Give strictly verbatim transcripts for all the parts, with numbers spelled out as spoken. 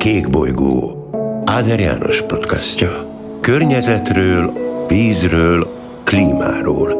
Kékbolygó, Áder János podcastja. Környezetről, vízről, klímáról.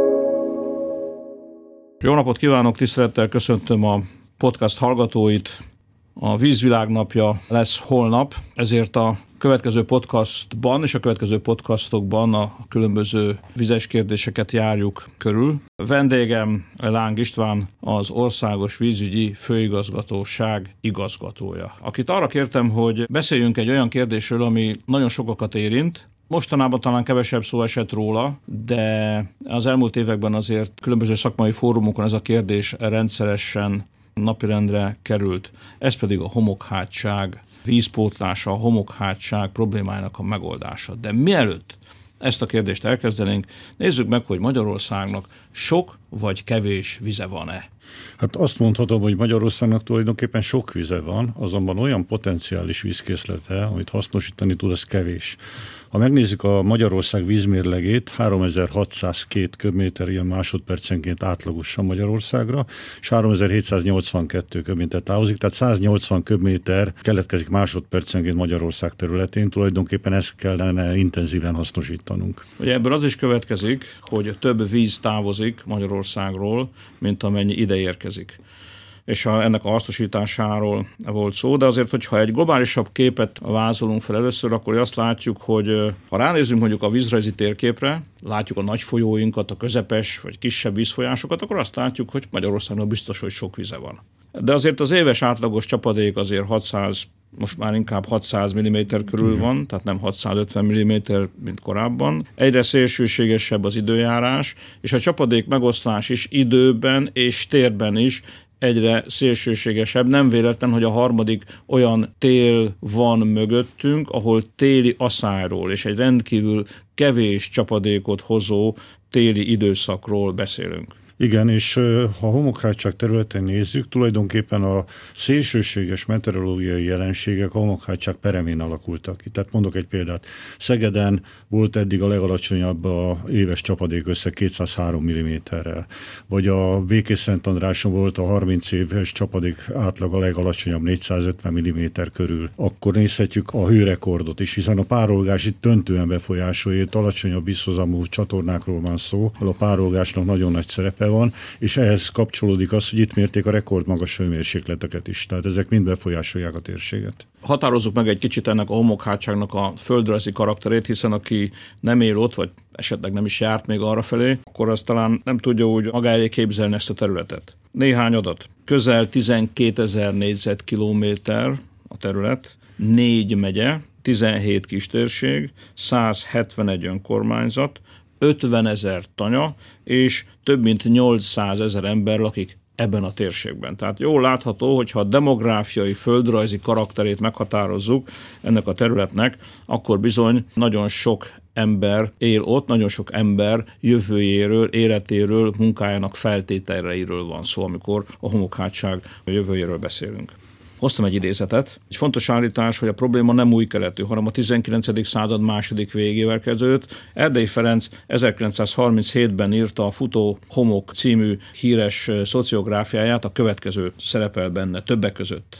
Jó napot kívánok, tisztelettel köszöntöm a podcast hallgatóit. A vízvilágnapja lesz holnap, ezért a következő podcastban és a következő podcastokban a különböző vizes kérdéseket járjuk körül. Vendégem Láng István, az Országos Vízügyi Főigazgatóság igazgatója, akit arra kértem, hogy beszéljünk egy olyan kérdésről, ami nagyon sokakat érint. Mostanában talán kevesebb szó esett róla, de az elmúlt években azért különböző szakmai fórumokon ez a kérdés rendszeresen napirendre került. Ez pedig a homokhátság vízpótlása, a homokhátság problémájának a megoldása. De mielőtt ezt a kérdést elkezdenénk, nézzük meg, hogy Magyarországnak sok vagy kevés vize van-e. Hát azt mondhatom, hogy Magyarországnak tulajdonképpen sok vize van, azonban olyan potenciális vízkészlete, amit hasznosítani tud, az kevés. Ha megnézzük a Magyarország vízmérlegét, háromezer-hatszázkettő köbméter ilyen másodpercenként átlagosan Magyarországra, és háromezer-hétszáznyolcvankettő köbméter távozik, tehát száznyolcvan köbméter keletkezik másodpercenként Magyarország területén, tulajdonképpen ezt kellene intenzíven hasznosítanunk. Ugye ebből az is következik, hogy több víz távozik Magyarországról, mint amennyi ide érkezik. És a, ennek a hasznosításáról volt szó, de azért, hogyha egy globálisabb képet vázolunk fel először, akkor azt látjuk, hogy ha ránézünk mondjuk a vízrajzi térképre, látjuk a nagy folyóinkat, a közepes vagy kisebb vízfolyásokat, akkor azt látjuk, hogy Magyarországnak biztos, hogy sok vize van. De azért az éves átlagos csapadék azért hatszáz, most már inkább hatszáz milliméter körül Igen. van, tehát nem hatszázötven milliméter, mint korábban. Egyre szélsőségesebb az időjárás, és a csapadék megoszlás is időben és térben is egyre szélsőségesebb. Nem véletlen, hogy a harmadik olyan tél van mögöttünk, ahol téli aszályról és egy rendkívül kevés csapadékot hozó téli időszakról beszélünk. Igen, és ha a homokhátság területen nézzük, tulajdonképpen a szélsőséges meteorológiai jelenségek a homokhátság peremén alakultak ki. Tehát mondok egy példát. Szegeden volt eddig a legalacsonyabb a éves csapadék összeg kétszázhárom milliméterrel, vagy a Békés-Szentandráson volt a harminc éves csapadék átlag a legalacsonyabb négyszázötven milliméter körül. Akkor nézhetjük a hőrekordot is, hiszen a párolgás itt döntően befolyásolja, itt alacsonyabb vízhozamú csatornákról van szó, a párolgásnak nagyon nagy szerepe van, és ehhez kapcsolódik az, hogy itt mérték a rekordmagas hőmérsékleteket is. Tehát ezek mind befolyásolják a térséget. Határozzuk meg egy kicsit ennek a homokhátságnak a földrajzi karakterét, hiszen aki nem él ott, vagy esetleg nem is járt még arrafelé, akkor az talán nem tudja úgy maga elé képzelni ezt a területet. Néhány adat. Közel tizenkétezer négyzetkilométer a terület, négy megye, tizenhét kistérség, száz hetvenegy önkormányzat, ötvenezer tanya, és több mint nyolcszázezer ember lakik ebben a térségben. Tehát jól látható, hogyha a demográfiai, földrajzi karakterét meghatározzuk ennek a területnek, akkor bizony nagyon sok ember él ott, nagyon sok ember jövőjéről, életéről, munkájának feltételeiről van szó, amikor a homokhátság jövőjéről beszélünk. Hoztam egy idézetet. Egy fontos állítás, hogy a probléma nem új keletű, hanem a tizenkilencedik század második végével kezdődött. Erdélyi Ferenc ezerkilencszázharminchétben írta a Futó homok című híres szociográfiáját, a következő szerepel benne többek között.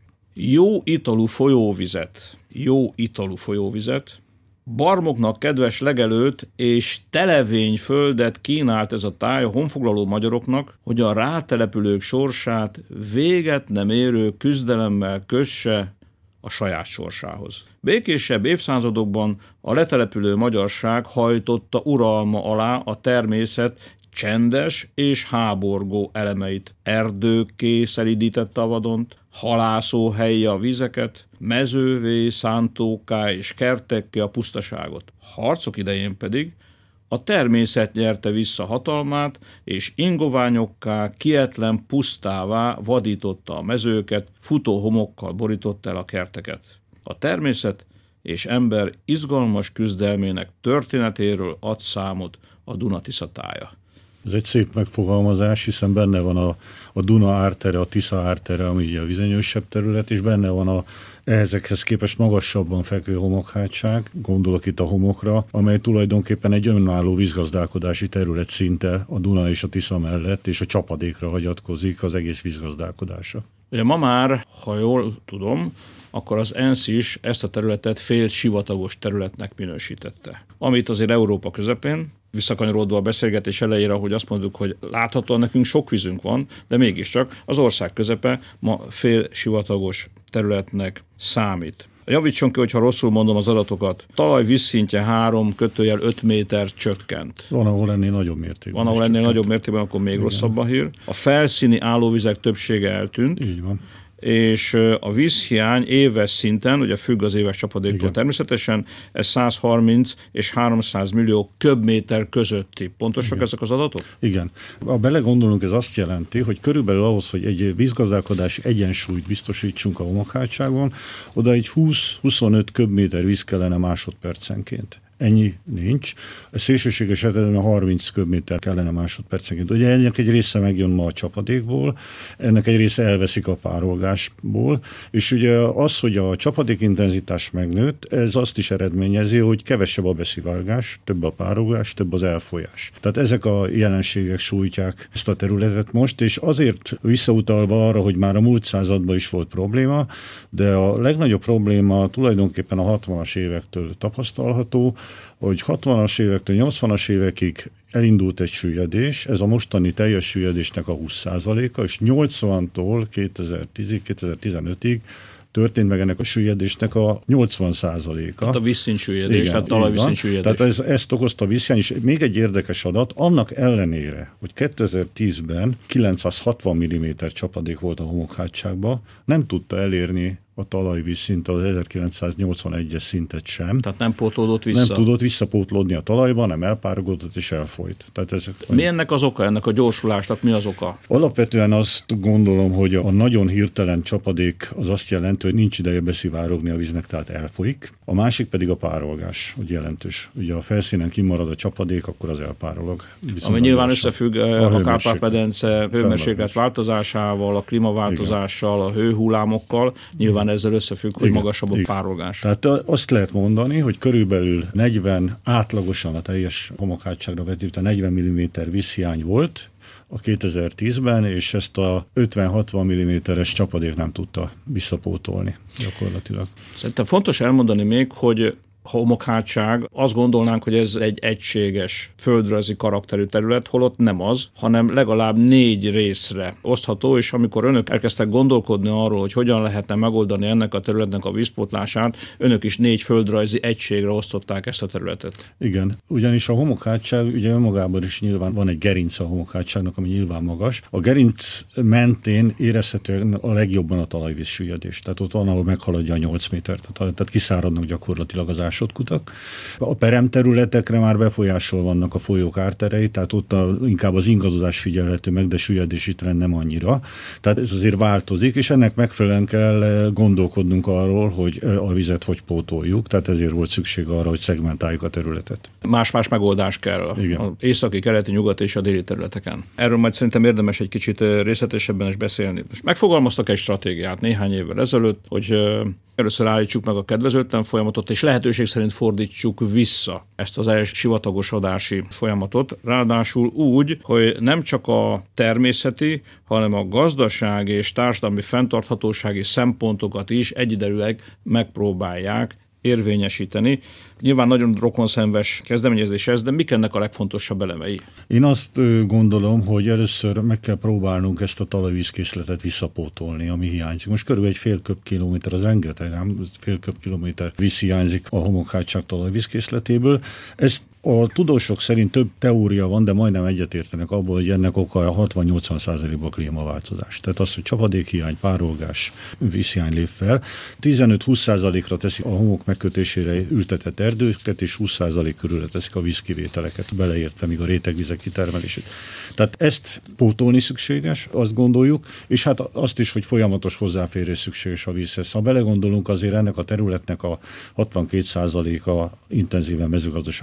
Jó italú folyóvizet, jó italú folyóvizet, barmoknak kedves legelőt és televény földet kínált ez a táj a honfoglaló magyaroknak, hogy a rátelepülők sorsát véget nem érő küzdelemmel kösse a saját sorsához. Békésebb évszázadokban a letelepülő magyarság hajtotta uralma alá a természet csendes és háborgó elemeit. Erdőkké szelídítette a vadont, halászóhelye a vizeket, mezővé, szántókká és kertekké a pusztaságot. Harcok idején pedig a természet nyerte vissza hatalmát, és ingoványokká, kietlen pusztává vadította a mezőket, futó homokkal borította el a kerteket. A természet és ember izgalmas küzdelmének történetéről ad számot a Duna-Tisza tája. Ez egy szép megfogalmazás, hiszen benne van a, a Duna ártere, a Tisza ártere, ami ugye a vizenyősebb terület, és benne van a ezekhez képest magasabban fekvő homokhátság, gondolok itt a homokra, amely tulajdonképpen egy önálló vízgazdálkodási terület szinte a Duna és a Tisza mellett, és a csapadékra hagyatkozik az egész vízgazdálkodása. Ugye ma már, ha jól tudom, akkor az ENSZ is ezt a területet fél sivatagos területnek minősítette. Amit azért Európa közepén, visszakanyarodva a beszélgetés elejére, hogy azt mondjuk, hogy láthatóan nekünk sok vízünk van, de mégiscsak az ország közepe ma fél sivatagos területnek számít. Javítson ki, hogyha rosszul mondom az adatokat. Talaj vízszintje három kötőjel öt méter csökkent. Van, ahol ennél nagyobb mértékben. Van, ahol ennél nagyobb mértékben, akkor még Igen. rosszabb a hír. A felszíni állóvizek többsége eltűnt. Így van. És a vízhiány éves szinten, ugye függ az éves csapadéktól Igen. természetesen, ez száz harminc és háromszáz millió köbméter közötti. Pontosak Igen. ezek az adatok? Igen. Ha belegondolunk, ez azt jelenti, hogy körülbelül ahhoz, hogy egy vízgazdálkodási egyensúlyt biztosítsunk a homokhátságon, oda egy húsz-huszonöt köbméter víz kellene másodpercenként. Ennyi nincs. A szélsőséges esetben harminc köbméter kellene másodpercenként. Ugye ennek egy része megjön ma a csapadékból, ennek egy része elveszik a párolgásból, és ugye az, hogy a csapadékintenzitás megnőtt, ez azt is eredményezi, hogy kevesebb a beszivárgás, több a párolgás, több az elfolyás. Tehát ezek a jelenségek sújtják ezt a területet most, és azért visszautalva arra, hogy már a múlt században is volt probléma, de a legnagyobb probléma tulajdonképpen a hatvanas évektől tapasztalható, hogy hatvanas évektől nyolcvanas évekig elindult egy süllyedés, ez a mostani teljes süllyedésnek a húsz százaléka, és nyolcvantól kétezer-tízig, kétezer-tizenötig történt meg ennek a süllyedésnek a nyolcvan százaléka. Tehát a vízszintsüllyedés, tehát talajvízszintsüllyedés. Tehát ez, ezt okozta a vízhiány, és még egy érdekes adat, annak ellenére, hogy kétezer-tízben kilencszázhatvan milliméter csapadék volt a homokhátságban, nem tudta elérni a talajvízszint az ezerkilencszáznyolcvanegyes szintet sem. Tehát nem pótlódott vissza? Nem tudott visszapótlódni a talajban, nem elpárolgott és elfolyt. Tehát ez, mi ennek az oka, ennek a gyorsulásnak mi az oka? Alapvetően azt gondolom, hogy a nagyon hirtelen csapadék az azt jelenti, hogy nincs ideje beszivárogni a víznek, tehát elfolyik. A másik pedig a párolgás, hogy jelentős. Ugye a felszínen kimarad a csapadék, akkor az elpárolog. Ami nyilván összefügg a, a Kárpát-medence hőmérséklet változásával, a klímaváltozással, a hőhullámokkal, nyilván ezzel összefügg, hogy igen, magasabb a párolgás. Tehát azt lehet mondani, hogy körülbelül negyven, átlagosan a teljes homokhátságra vetítve negyven milliméter vízhiány volt a kétezer-tízben, és ezt a ötven-hatvan milliméteres csapadék nem tudta visszapótolni gyakorlatilag. Szerintem fontos elmondani még, hogy homokhátság, azt gondolnánk, hogy ez egy egységes földrajzi karakterű terület, holott nem az, hanem legalább négy részre osztható, és amikor önök elkezdtek gondolkodni arról, hogy hogyan lehetne megoldani ennek a területnek a vízpótlását, önök is négy földrajzi egységre osztották ezt a területet. Igen, ugyanis a homokhátság, ugye önmagában is nyilván van egy gerinc a homokhátságnak, ami nyilván magas. A gerinc mentén érezhető a legjobban a talajvízsüllyedés. Tehát ott van, ahol meghaladja a nyolc métert, tehát kiszáradnak gyakorlatilag az másodkutak. A peremterületekre már befolyásol vannak a folyók árterei, tehát ott a, inkább az ingadozás figyelhető meg, de süllyedési trend nem annyira. Tehát ez azért változik, és ennek megfelelően kell gondolkodnunk arról, hogy a vizet hogy pótoljuk, tehát ezért volt szükség arra, hogy szegmentáljuk a területet. Más-más megoldás kell az északi, keleti, nyugati és a déli területeken. Erről majd szerintem érdemes egy kicsit részletesebben is beszélni. Most megfogalmaztak egy stratégiát néhány évvel ezelőtt, hogy először állítsuk meg a kedvezőtlen folyamatot, és lehetőség szerint fordítsuk vissza ezt az elsivatagosodási folyamatot. Ráadásul úgy, hogy nem csak a természeti, hanem a gazdasági és társadalmi fenntarthatósági szempontokat is egyidejűleg megpróbálják érvényesíteni. Nyilván nagyon rokonszenves kezdeményezés ez, de mik ennek a legfontosabb elemei? Én azt gondolom, hogy először meg kell próbálnunk ezt a talajvízkészletet visszapótolni, ami hiányzik. Most körülbelül egy fél köbkilométer, az rengeteg, nem? Fél köbkilométer víz hiányzik a homokhátság talajvízkészletéből. Ezt a tudósok szerint több teória van, de majdnem egyetértenek abból, hogy ennek oka a hatvan-nyolcvan százalékban klímaváltozás. Tehát az, hogy csapadékhiány, párolgás, vízhiány lép fel. tizenöt-húsz százalékra teszi a homok megkötésére ültetett erdőket, és húsz százalék körülre teszik a vízkivételeket, beleértve még a rétegvizek kitermelését. Tehát ezt pótolni szükséges, azt gondoljuk, és hát azt is, hogy folyamatos hozzáférés szükséges a vízhez. Ha belegondolunk, azért ennek a területnek a hatvankét százaléka intenzíven mezőgazdaságilag művel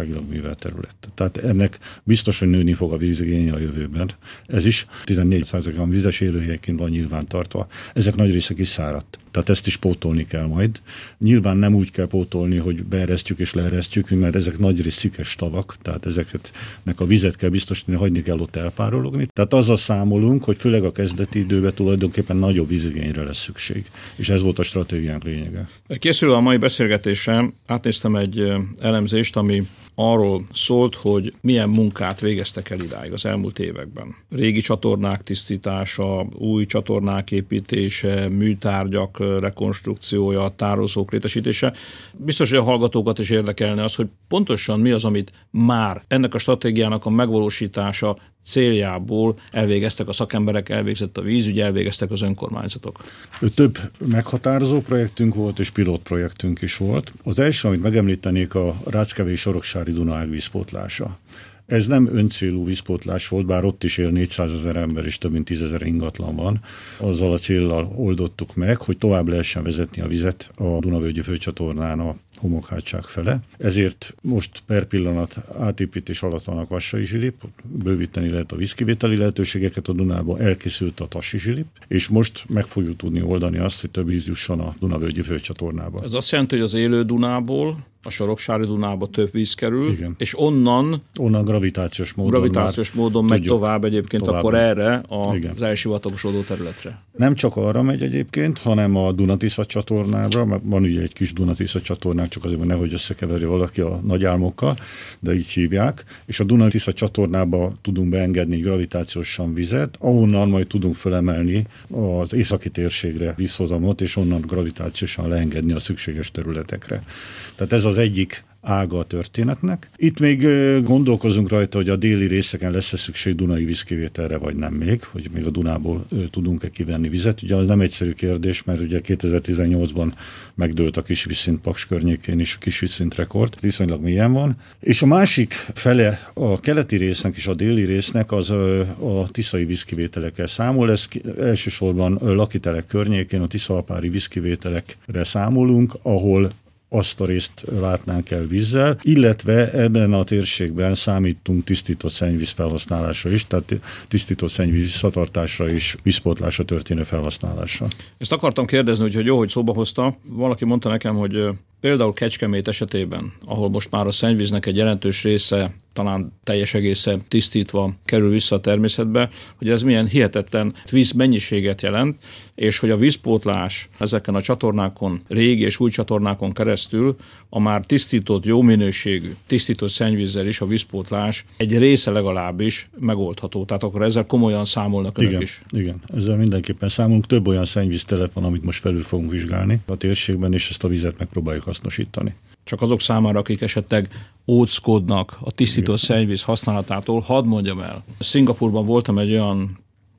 a terület. Tehát ennek biztos, hogy nőni fog a vízigénye a jövőben. Ez is tizennégy százalékban vizes élőhelyként van nyilván tartva. Ezek nagy része kiszáradt. Tehát ezt is pótolni kell majd. Nyilván nem úgy kell pótolni, hogy beeresztjük és leeresztjük, mert ezek nagy rész szikes tavak, tehát ezeknek a vizet kell biztosítani, hagyni kell ott elpárologni. Tehát azzal számolunk, hogy főleg a kezdeti időben tulajdonképpen nagyobb vízigényre lesz szükség. És ez volt a stratégiánk lényege. Készülve a mai beszélgetésre átnéztem egy elemzést, ami arról szólt, hogy milyen munkát végeztek el idáig az elmúlt években. Régi csatornák tisztítása, új csatornák építése, műtárgyak rekonstrukciója, tározók létesítése. Biztos, hogy a hallgatókat is érdekelne az, hogy pontosan mi az, amit már ennek a stratégiának a megvalósítása céljából elvégeztek a szakemberek, elvégzett a vízügy, elvégeztek az önkormányzatok. Több meghatározó projektünk volt, és pilotprojektünk is volt. Az első, amit megemlítenék, a Ráckevés-Soroksári Dunaág vízpótlása. Ez nem öncélú vízpótlás volt, bár ott is él négyszázezer ember és több mint tízezer ingatlan van. Azzal a céllal oldottuk meg, hogy tovább lehessen vezetni a vizet a Dunavölgyi főcsatornán a homokhátság fele. Ezért most per pillanat átépítés alatt van a Kassai zsilip, bővíteni lehet a vízkivételi lehetőségeket a Dunába, elkészült a Tassi zsilip, és most meg fogjuk tudni oldani azt, hogy több víz jusson a Dunavölgyi főcsatornába. Ez azt jelenti, hogy az élő Dunából a Soroksári Dunába több víz kerül, igen. És onnan, onnan gravitációs módon, gravitációs módon megy tovább egyébként tovább akkor erre az elsivatagosodó területre. Nem csak arra megy egyébként, hanem a Dunatisza csatornára, mert van ugye egy kis Dunatisza csatornák, csak azért, mert nehogy összekeverje valaki a nagy álmokkal, de így hívják, és a Dunatisza csatornába tudunk beengedni gravitációsan vizet, ahonnan majd tudunk felemelni az északi térségre vízhozamot, és onnan gravitációsan leengedni a szükséges területekre. Tehát ez az egyik ága a történetnek. Itt még gondolkozunk rajta, hogy a déli részeken lesz-e szükség dunai vízkivételre, vagy nem még, hogy még a Dunából tudunk-e kivenni vizet. Ugye az nem egyszerű kérdés, mert ugye kétezer-tizennyolcban megdőlt a Kisvízszint Paks környékén is a Kisvízszint rekord, viszonylag mélyen van. És a másik fele a keleti résznek és a déli résznek az a tiszai vízkivételekkel számol. Ez elsősorban lakitelek környékén a tiszaalpári vízkivételekre számolunk, ahol azt a részt látnánk el vízzel, illetve ebben a térségben számítunk tisztított szennyvíz felhasználásra is, tehát tisztított szennyvíz visszatartásra és vízpótlásra történő felhasználásra. Ezt akartam kérdezni, hogy jó, hogy szóba hozta. Valaki mondta nekem, hogy például Kecskemét esetében, ahol most már a szennyvíznek egy jelentős része, talán teljes egészen tisztítva kerül vissza a természetbe, hogy ez milyen hihetetlen vízmennyiséget jelent, és hogy a vízpótlás ezeken a csatornákon, régi és új csatornákon keresztül a már tisztított, jó minőségű, tisztított szennyvízzel is a vízpótlás egy része legalábbis megoldható. Tehát akkor ezzel komolyan számolnak önök igen, is. Igen, ezzel mindenképpen számolunk. Több olyan szennyvíztelep van, amit most felül fogunk vizsgálni a térségben, és ezt a vizet megpróbáljuk hasznosítani. Csak azok számára, akik esetleg óckodnak a tisztított szennyvíz használatától, hadd mondjam el. Szingapurban voltam egy olyan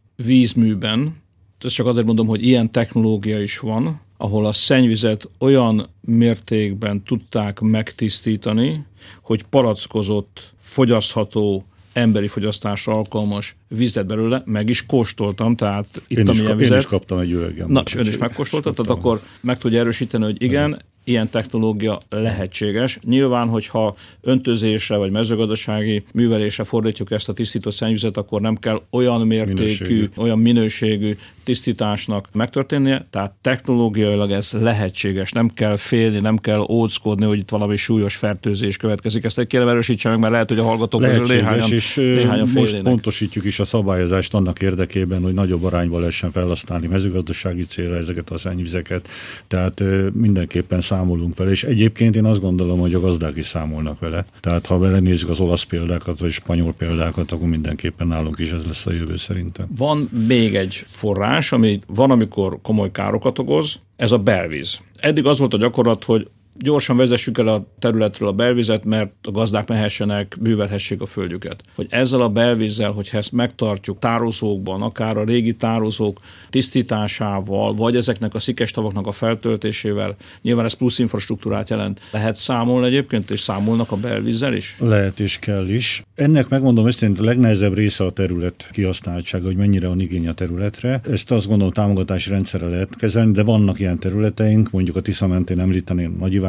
vízműben, ezt csak azért mondom, hogy ilyen technológia is van, ahol a szennyvizet olyan mértékben tudták megtisztítani, hogy palackozott, fogyasztható, emberi fogyasztásra alkalmas vizet belőle, meg is kóstoltam, tehát itt a milyen vizet. Én is kaptam egy üveggel. Na, és ön is megkóstolta, tehát akkor meg tudja erősíteni, hogy igen, ilyen technológia lehetséges. Nyilván, hogyha öntözésre vagy mezőgazdasági művelésre fordítjuk ezt a tisztított szennyvizet, akkor nem kell olyan mértékű, minőségű. olyan minőségű tisztításnak megtörténnie, tehát technológiailag ez lehetséges. Nem kell félni, nem kell óckodni, hogy itt valami súlyos fertőzés következik. Ezt egy kérem erősítse meg, mert lehet, hogy a hallgatók közül néhányan, és néhányan most félnének. Pontosítjuk is a szabályozást annak érdekében, hogy nagyobb arányban lehessen felhasználni mezőgazdasági célra ezeket a szennyvizeket. Tehát mindenképpen számolunk vele, és egyébként én azt gondolom, hogy a gazdák is számolnak vele. Tehát ha belenézzük az olasz példákat, vagy spanyol példákat, akkor mindenképpen nálunk is ez lesz a jövő szerintem. Van még egy forrás, ami van, amikor komoly károkat okoz, ez a belvíz. Eddig az volt a gyakorlat, hogy gyorsan vezessük el a területről a belvizet, mert a gazdák mehessenek, művelhessék a földjüket. Hogy ezzel a belvízzel, hogyha ezt megtartjuk tározókban, akár a régi tározók tisztításával, vagy ezeknek a szikes tavaknak a feltöltésével, nyilván ez plusz infrastruktúrát jelent. Lehet számolni egyébként, és számolnak a belvízzel is? Lehet és kell is. Ennek megmondom őszintén, a legnehezebb része a terület kihasználtsága, hogy mennyire van igény a területre. Ezt azt gondolom támogatási rendszerre lehet kezelni, de vannak ilyen területeink, mondjuk a Tisza mentén említeném Nagyivár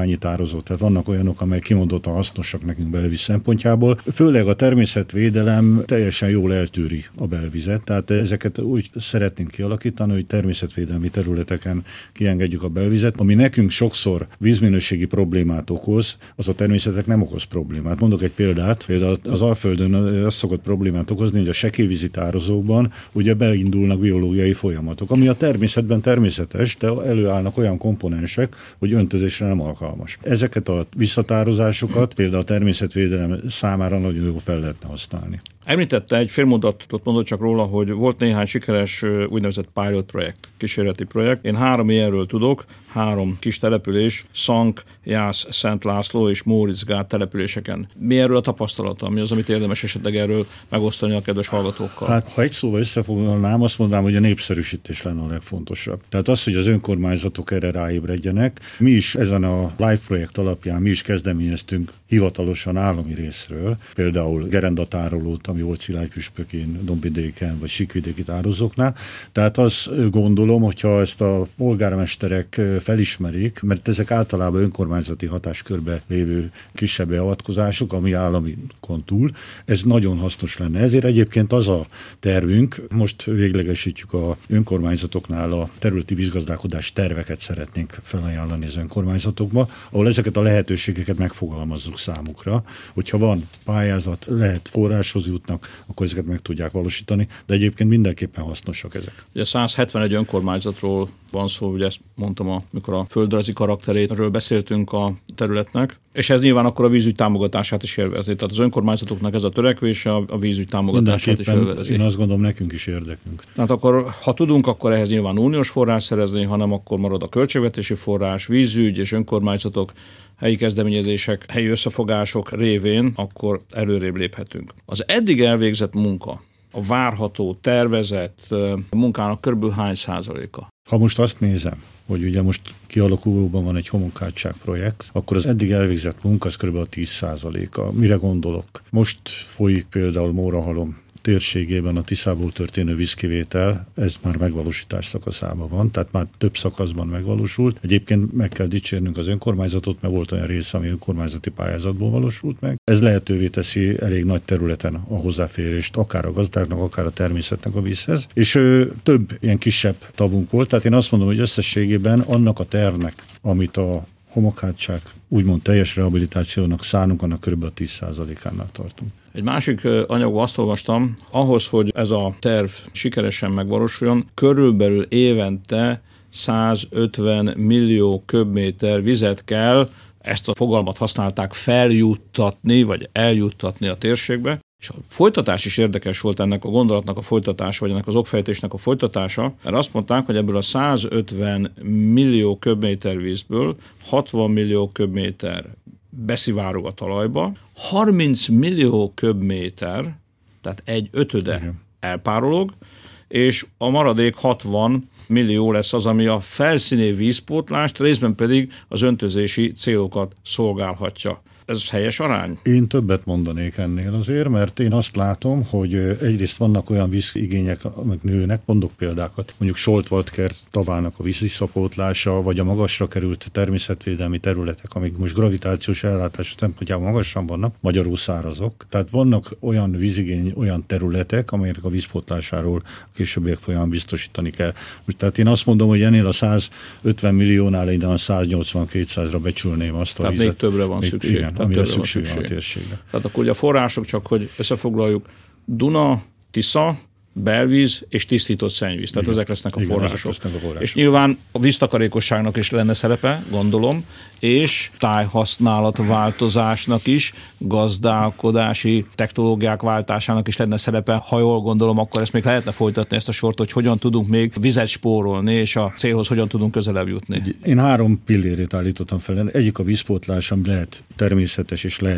ásványi tározók, tehát vannak olyanok, amelyek kimondottan hasznosak nekünk belvíz szempontjából. Főleg a természetvédelem teljesen jól eltűri a belvizet, tehát ezeket úgy szeretnénk kialakítani, hogy természetvédelmi területeken kiengedjük a belvizet, ami nekünk sokszor vízminőségi problémát okoz, az a természetek nem okoz problémát. Mondok egy példát, például az Alföldön az szokott problémát okozni, hogy a sekélyvízi tározókban ugye beindulnak biológiai folyamatok, ami a természetben természetes, de előállnak olyan komponensek, hogy öntözésre nem alkalmas. Ezeket a visszatározásokat például a természetvédelem számára nagyon jól fel lehetne használni. Említette egy félmondatot, mondott csak róla, hogy volt néhány sikeres úgynevezett pilot projekt, kísérleti projekt. Én három ilyenről tudok, három kis település, Szank, Jász, Szent László és Móricgát településeken. Mi erről a tapasztalata? Mi az, amit érdemes esetleg erről megosztani a kedves hallgatókkal? Hát, ha egy szóval összefoglalnám, azt mondanám, hogy a népszerűsítés lenne a legfontosabb. Tehát az, hogy az önkormányzatok erre ráébredjenek. Mi is ezen a live projekt alapján mi is kezdeményeztünk hivatalosan állami részről, például gerendatárolót, ami volt Szilágypüspökén, Dombvidéken vagy Síkvidéki tározóknál. Tehát azt gondolom, hogyha ezt a polgármesterek felismerik, mert ezek általában önkormányzati hatáskörbe lévő kisebb beavatkozások, ami államikon túl, ez nagyon hasznos lenne. Ezért egyébként az a tervünk, most véglegesítjük a önkormányzatoknál a területi vízgazdálkodás terveket szeretnénk felajánlani az önkormányzatokba, ahol ezeket a lehetőségeket megfogalmazzuk számukra, hogyha van pályázat, lehet forráshoz jutnak, akkor ezeket meg tudják valósítani, de egyébként mindenképpen hasznosak ezek. Ugye száz hetvenegy önkormányzatról van szó, ugye ezt mondtam, amikor a földrajzi karakteréről beszéltünk a területnek, és ez nyilván akkor a vízügy támogatását is élvezi. Tehát az önkormányzatoknak ez a törekvése a vízügy támogatását is élvezi. Én azt gondolom, nekünk is érdekünk. Tehát akkor, ha tudunk, akkor ehhez nyilván uniós forrás szerezni, hanem akkor marad a költségvetési forrás, vízügy és önkormányzatok, helyi kezdeményezések, helyi összefogások révén, akkor előrébb léphetünk. Az eddig elvégzett munka, a várható, tervezett munkának körülbelül hány százaléka? Ha most azt nézem, hogy ugye most kialakulóban van egy homokhátság projekt, akkor az eddig elvégzett munka az kb. tíz százaléka. Mire gondolok? Most folyik például Mórahalom térségében a Tiszából történő vízkivétel, ez már megvalósítás szakaszában van, tehát már több szakaszban megvalósult. Egyébként meg kell dicsérnünk az önkormányzatot, mert volt olyan rész, ami önkormányzati pályázatból valósult meg. Ez lehetővé teszi elég nagy területen a hozzáférést, akár a gazdáknak, akár a természetnek a vízhez. És ö, több ilyen kisebb tavunk volt, tehát én azt mondom, hogy összességében annak a tervnek, amit a homokhátság úgymond teljes rehabilitációnak szánunk, annak kb. tíz százalékánál tartunk. Egy másik anyagban azt olvastam, ahhoz, hogy ez a terv sikeresen megvalósuljon, körülbelül évente százötven millió köbméter vizet kell, ezt a fogalmat használták, feljuttatni, vagy eljuttatni a térségbe. És a folytatás is érdekes volt ennek a gondolatnak a folytatása, vagy ennek az okfejtésnek a folytatása, mert azt mondták, hogy ebből a százötven millió köbméter vízből hatvan millió köbméter beszivárog a talajba, harminc millió köbméter, tehát egy ötöde Igen. elpárolog, és a maradék hatvan millió lesz az, ami a felszíni vízpótlást, részben pedig az öntözési célokat szolgálhatja. Ez helyes arány? Én többet mondanék ennél azért, mert én azt látom, hogy egyrészt vannak olyan vízigények, amik nőnek, mondok példákat, mondjuk Soltvaldkert tavának a víziszapótlása, vagy a magasra került természetvédelmi területek, amik most gravitációs ellátás szempontjából magasan vannak, magyarul szárazok. Tehát vannak olyan vízigény, olyan területek, amelyek a vízpótlásáról a későbbiek folyamán biztosítani kell. Most, tehát én azt mondom, hogy ennél a százötven milliónál én a száznyolcvan-kétszázra becsülném azt a tehát vizet. még többre van még, szükség. Igen, amire szükség van a térségre. Tehát akkor ugye a források, csak hogy összefoglaljuk, Duna, Tisza, belvíz és tisztított szennyvíz. Tehát Igen. ezek lesznek a Igen, források. lesznek a források. És nyilván a víztakarékosságnak is lenne szerepe, gondolom, és tájhasználatváltozásnak is, gazdálkodási technológiák váltásának is lenne szerepe. Ha jól gondolom, akkor ezt még lehetne folytatni ezt a sort, hogy hogyan tudunk még vizet spórolni, és a célhoz hogyan tudunk közelebb jutni. Én három pillérét állítottam fel. Egyik a vízpótlás, ami lehet természetes és lehet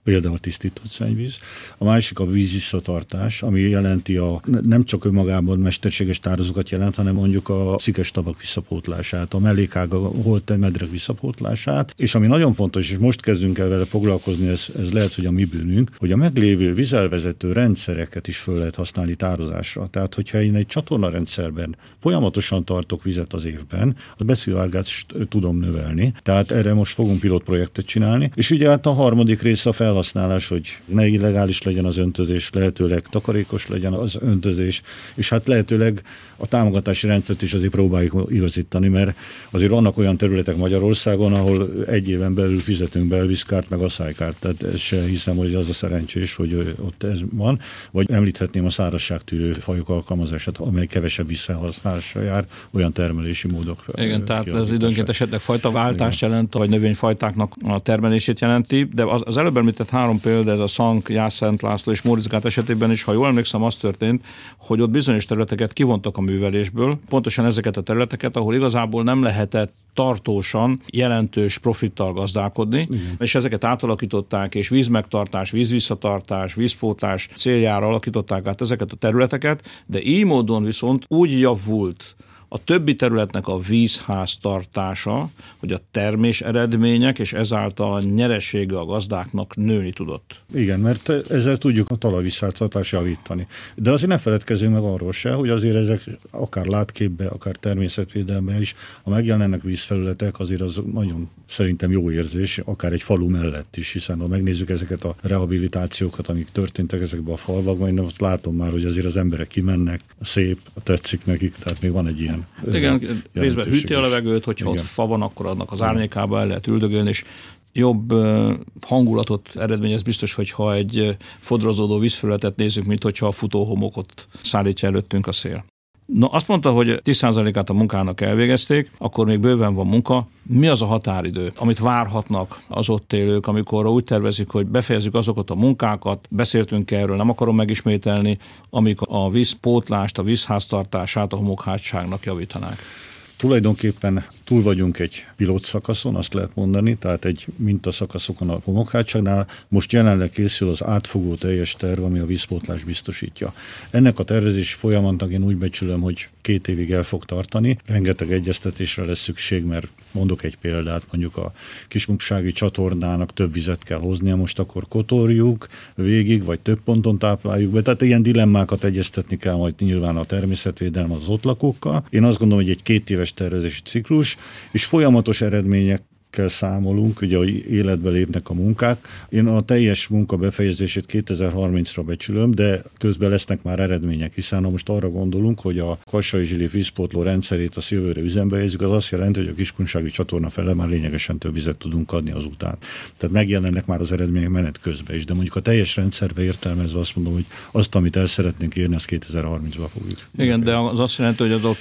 például tisztított szennyvíz. A másik a víz visszatartás, ami jelenti a, nem csak önmagában mesterséges tározókat jelent, hanem mondjuk a szikes tavak visszapótlását, a mellékága holt medrek visszapótlását, és ami nagyon fontos, és most kezdünk el vele foglalkozni, ez, ez lehet, hogy a mi bűnünk, hogy a meglévő vizelvezető rendszereket is föl lehet használni tározásra. Tehát, hogyha én egy csatornarendszerben folyamatosan tartok vizet az évben, a beszivárgást tudom növelni. Tehát erre most fogunk pilotprojektet csinálni. És ugye hát a harmadik része a felhasználás, hogy ne illegális legyen az öntözés, lehetőleg takarékos legyen az öntözés, és hát lehetőleg a támogatási rendszert is azért próbáljuk igazítani, mert azért vannak olyan területek Magyarországon, ahol egy éven belül fizetünk belvízkárt, meg aszálykárt. Tehát ez se hiszem, hogy az a szerencsés, hogy ott ez van. Vagy említhetném a szárazságtűrő fajok alkalmazását, amely kevesebb visszahasználásra jár, olyan termelési módok. Igen, tehát ez időnként esetleg fajtaváltást jelent, vagy növényfajtáknak a termelését jelenti, de az, az előbb említett három példa, ez a Szank, Jászent László és Móriczgát esetében is, ha jól emlékszem, az történt, hogy ott bizonyos területeket kivontak a művelésből, pontosan ezeket a területeket, ahol igazából nem lehetett tartósan jelentős profittal gazdálkodni, igen. És ezeket átalakították, és vízmegtartás, vízvisszatartás, vízpótlás céljára alakították át ezeket a területeket, de így módon viszont úgy javult a többi területnek a vízháztartása, hogy a termés eredmények és ezáltal a nyeresége a gazdáknak nőni tudott. Igen, mert ezzel tudjuk a talajvízháztartást javítani. De azért ne feledkezzünk meg arról se, hogy azért ezek akár látképbe, akár természetvédelemben is, ha megjelennek vízfelületek, azért az nagyon szerintem jó érzés, akár egy falu mellett is, hiszen ha megnézzük ezeket a rehabilitációkat, amik történtek ezekben a falvakban, én ott látom már, hogy azért az emberek kimennek, szép, tetszik nekik, tehát még van egy ilyen. Igen, részben hűti a levegőt, hogyha igen. Ott fa van, akkor annak az árnyékába el lehet üldögélni, és jobb hangulatot eredményez biztos, hogyha egy fodrozódó vízfelületet nézzük, mint hogyha a futóhomokot szállítja előttünk a szél. Na, azt mondta, hogy tíz százalékát a munkának elvégezték, akkor még bőven van munka. Mi az a határidő, amit várhatnak az ott élők, amikor úgy tervezik, hogy befejezzük azokat a munkákat, beszéltünk erről, nem akarom megismételni, amik a vízpótlást, a vízháztartását a homokhátságnak javítanák? Tulajdonképpen túl vagyunk egy pilot szakaszon, azt lehet mondani, tehát egy mintaszakaszokon a homokhátságnál. Most jelenleg készül az átfogó teljes terv, ami a vízpótlást biztosítja. Ennek a tervezés folyamatnak én úgy becsülöm, hogy két évig el fog tartani. Rengeteg egyeztetésre lesz szükség, mert mondok egy példát, mondjuk a Kiskunsági csatornának több vizet kell hoznia, most akkor kotorjuk végig, vagy több ponton tápláljuk be. Tehát ilyen dilemmákat egyeztetni kell majd nyilván a természetvédelem az ott lakókkal. Én azt gondolom, hogy egy két éves tervezési ciklus, és folyamatos eredményekkel számolunk, ugye, hogy életbe lépnek a munkák. Én a teljes munka befejezését kétezer-harmincra becsülöm, de közben lesznek már eredmények, hiszen ha most arra gondolunk, hogy a Kassai-Zsili vízpótló rendszerét a jövőre üzembe helyezzük, az azt jelenti, hogy a Kiskunsági csatorna fele már lényegesen több vizet tudunk adni azután. Tehát megjelennek már az eredmények menet közben is, de mondjuk a teljes rendszerbe értelmezve azt mondom, hogy azt, amit el szeretnénk érni, az kétezer-harmincba fogjuk. Igen, de az azt jelenti, hogy az a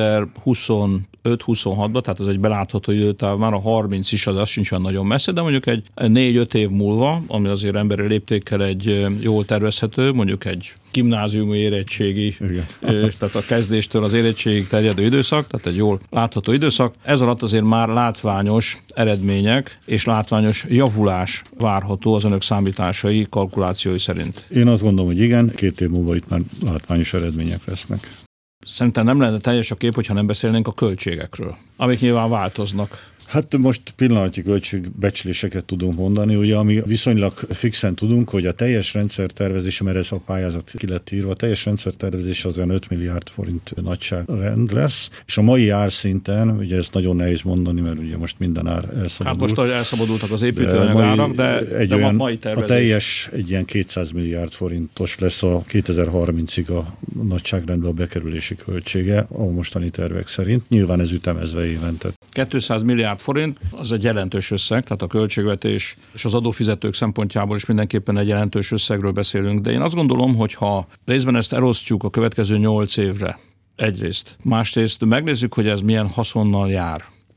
kétezer-huszonöt-huszonhatban, tehát ez egy belátható időtáv, már a harminc is, az, az sincs olyan nagyon messze, de mondjuk egy négy-öt év múlva, ami azért emberi léptékkel egy jól tervezhető, mondjuk egy gimnáziumi érettségi, igen. Tehát a kezdéstől az érettségig terjedő időszak, tehát egy jól látható időszak. Ez alatt azért már látványos eredmények és látványos javulás várható az önök számításai, kalkulációi szerint. Én azt gondolom, hogy igen, két év múlva itt már látványos eredmények lesznek. Szerintem nem lenne teljes a kép, hogyha nem beszélnénk a költségekről, amik nyilván változnak. Hát most pillanatnyi költségbecsléseket tudunk mondani, ugye, ami viszonylag fixen tudunk, hogy a teljes rendszertervezése, mert ez a pályázat ki lett írva, a teljes rendszertervezés az olyan öt milliárd forint nagyságrend lesz, és a mai árszinten, ugye ezt nagyon nehéz mondani, mert ugye most minden ár elszabadult. Hát most, hogy elszabadultak az építőanyagárak, de, egy de olyan, a mai tervezés. A teljes egy ilyen kétszáz milliárd forintos lesz a kétezer-harmincig a nagyságrendben a bekerülési költsége a mostani tervek szerint. Nyilván ez ütemezve évente. kétszáz milliárd forint, az egy jelentős összeg, tehát a költségvetés és az adófizetők szempontjából is mindenképpen egy jelentős összegről beszélünk, de én azt gondolom, hogy ha részben ezt elosztjuk a következő nyolc évre, egyrészt, másrészt megnézzük, hogy ez milyen haszonnal jár.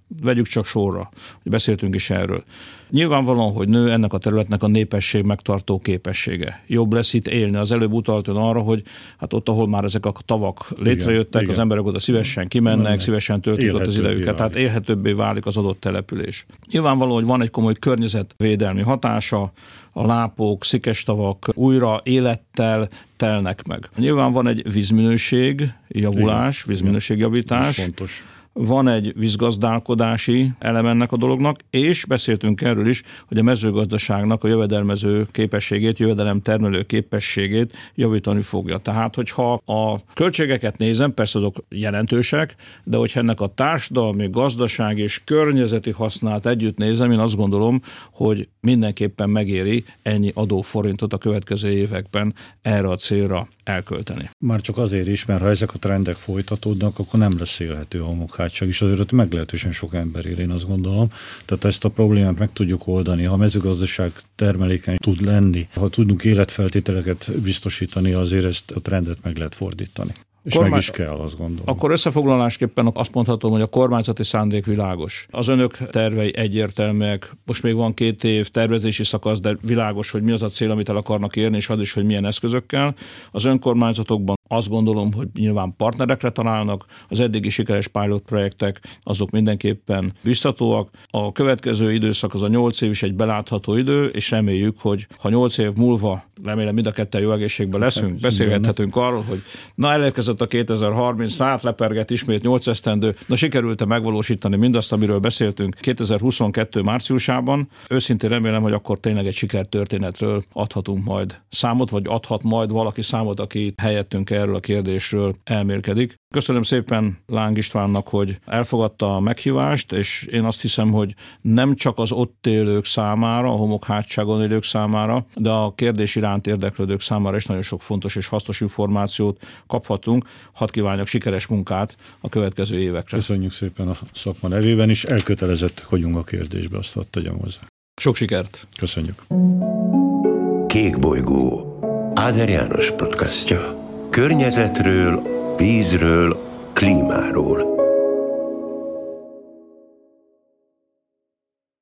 Vegyük csak sorra, hogy beszéltünk is erről. Nyilvánvalóan, hogy nő ennek a területnek a népesség megtartó képessége. Jobb lesz itt élni. Az előbb utalt ön arra, hogy hát ott, ahol már ezek a tavak létrejöttek, igen, az igen. emberek oda szívesen kimennek, Mennek. szívesen töltik ott az idejüket, válik. Tehát élhetőbbé válik az adott település. Nyilvánvaló, hogy van egy komoly környezetvédelmi hatása, a lápok, szikestavak újra élettel telnek meg. Nyilván van egy vízminőség javulás, vízminőségjavítás. Fontos. Van egy vízgazdálkodási elem ennek a dolognak, és beszéltünk erről is, hogy a mezőgazdaságnak a jövedelmező képességét, jövedelemtermelő képességét javítani fogja. Tehát, hogyha a költségeket nézem, persze azok jelentősek, de hogyha ennek a társadalmi, gazdasági és környezeti hasznát együtt nézem, én azt gondolom, hogy mindenképpen megéri ennyi adóforintot a következő években erre a célra elkölteni. Már csak azért is, mert ha ezek a trendek folytatódnak, akkor nem lesz élhető a homokhátság, és azért ott meglehetősen sok ember ér, én azt gondolom. Tehát ezt a problémát meg tudjuk oldani, ha a mezőgazdaság termelékeny tud lenni, ha tudunk életfeltételeket biztosítani, azért ezt a trendet meg lehet fordítani. És Kormány... meg is kell, azt gondolom. Akkor összefoglalásképpen azt mondhatom, hogy a kormányzati szándék világos. Az önök tervei egyértelműek. Most még van két év tervezési szakasz, de világos, hogy mi az a cél, amit el akarnak érni, és az is, hogy milyen eszközökkel. Az önkormányzatokban azt gondolom, hogy nyilván partnerekre találnak, az eddigi sikeres pilot projektek, azok mindenképpen biztatóak. A következő időszak az a nyolc év is egy belátható idő, és reméljük, hogy ha nyolc év múlva, remélem mind a ketten jó egészségben leszünk, hát, beszélgethetünk arról, hogy na elérkezett a kétezer-harminc, átleperget ismét nyolc esztendő, na sikerült-e megvalósítani mindazt, amiről beszéltünk kétezer-huszonkettő márciusában. Őszintén remélem, hogy akkor tényleg egy sikertörténetről adhatunk majd számot, vagy adhat majd valaki számot, aki helyettünk erről a kérdésről elmélkedik. Köszönöm szépen Láng Istvánnak, hogy elfogadta a meghívást, és én azt hiszem, hogy nem csak az ott élők számára, a homokhátságon élők számára, de a kérdés iránt érdeklődők számára is nagyon sok fontos és hasznos információt kaphatunk. Hadd kívánjak sikeres munkát a következő évekre. Köszönjük szépen a szakma nevében is, elkötelezettek vagyunk a kérdésbe, azt hadd tegyem hozzá. Sok sikert! Köszönjük! Kék bolygó, Áder János podcastja. Környezetről, vízről, klímáról.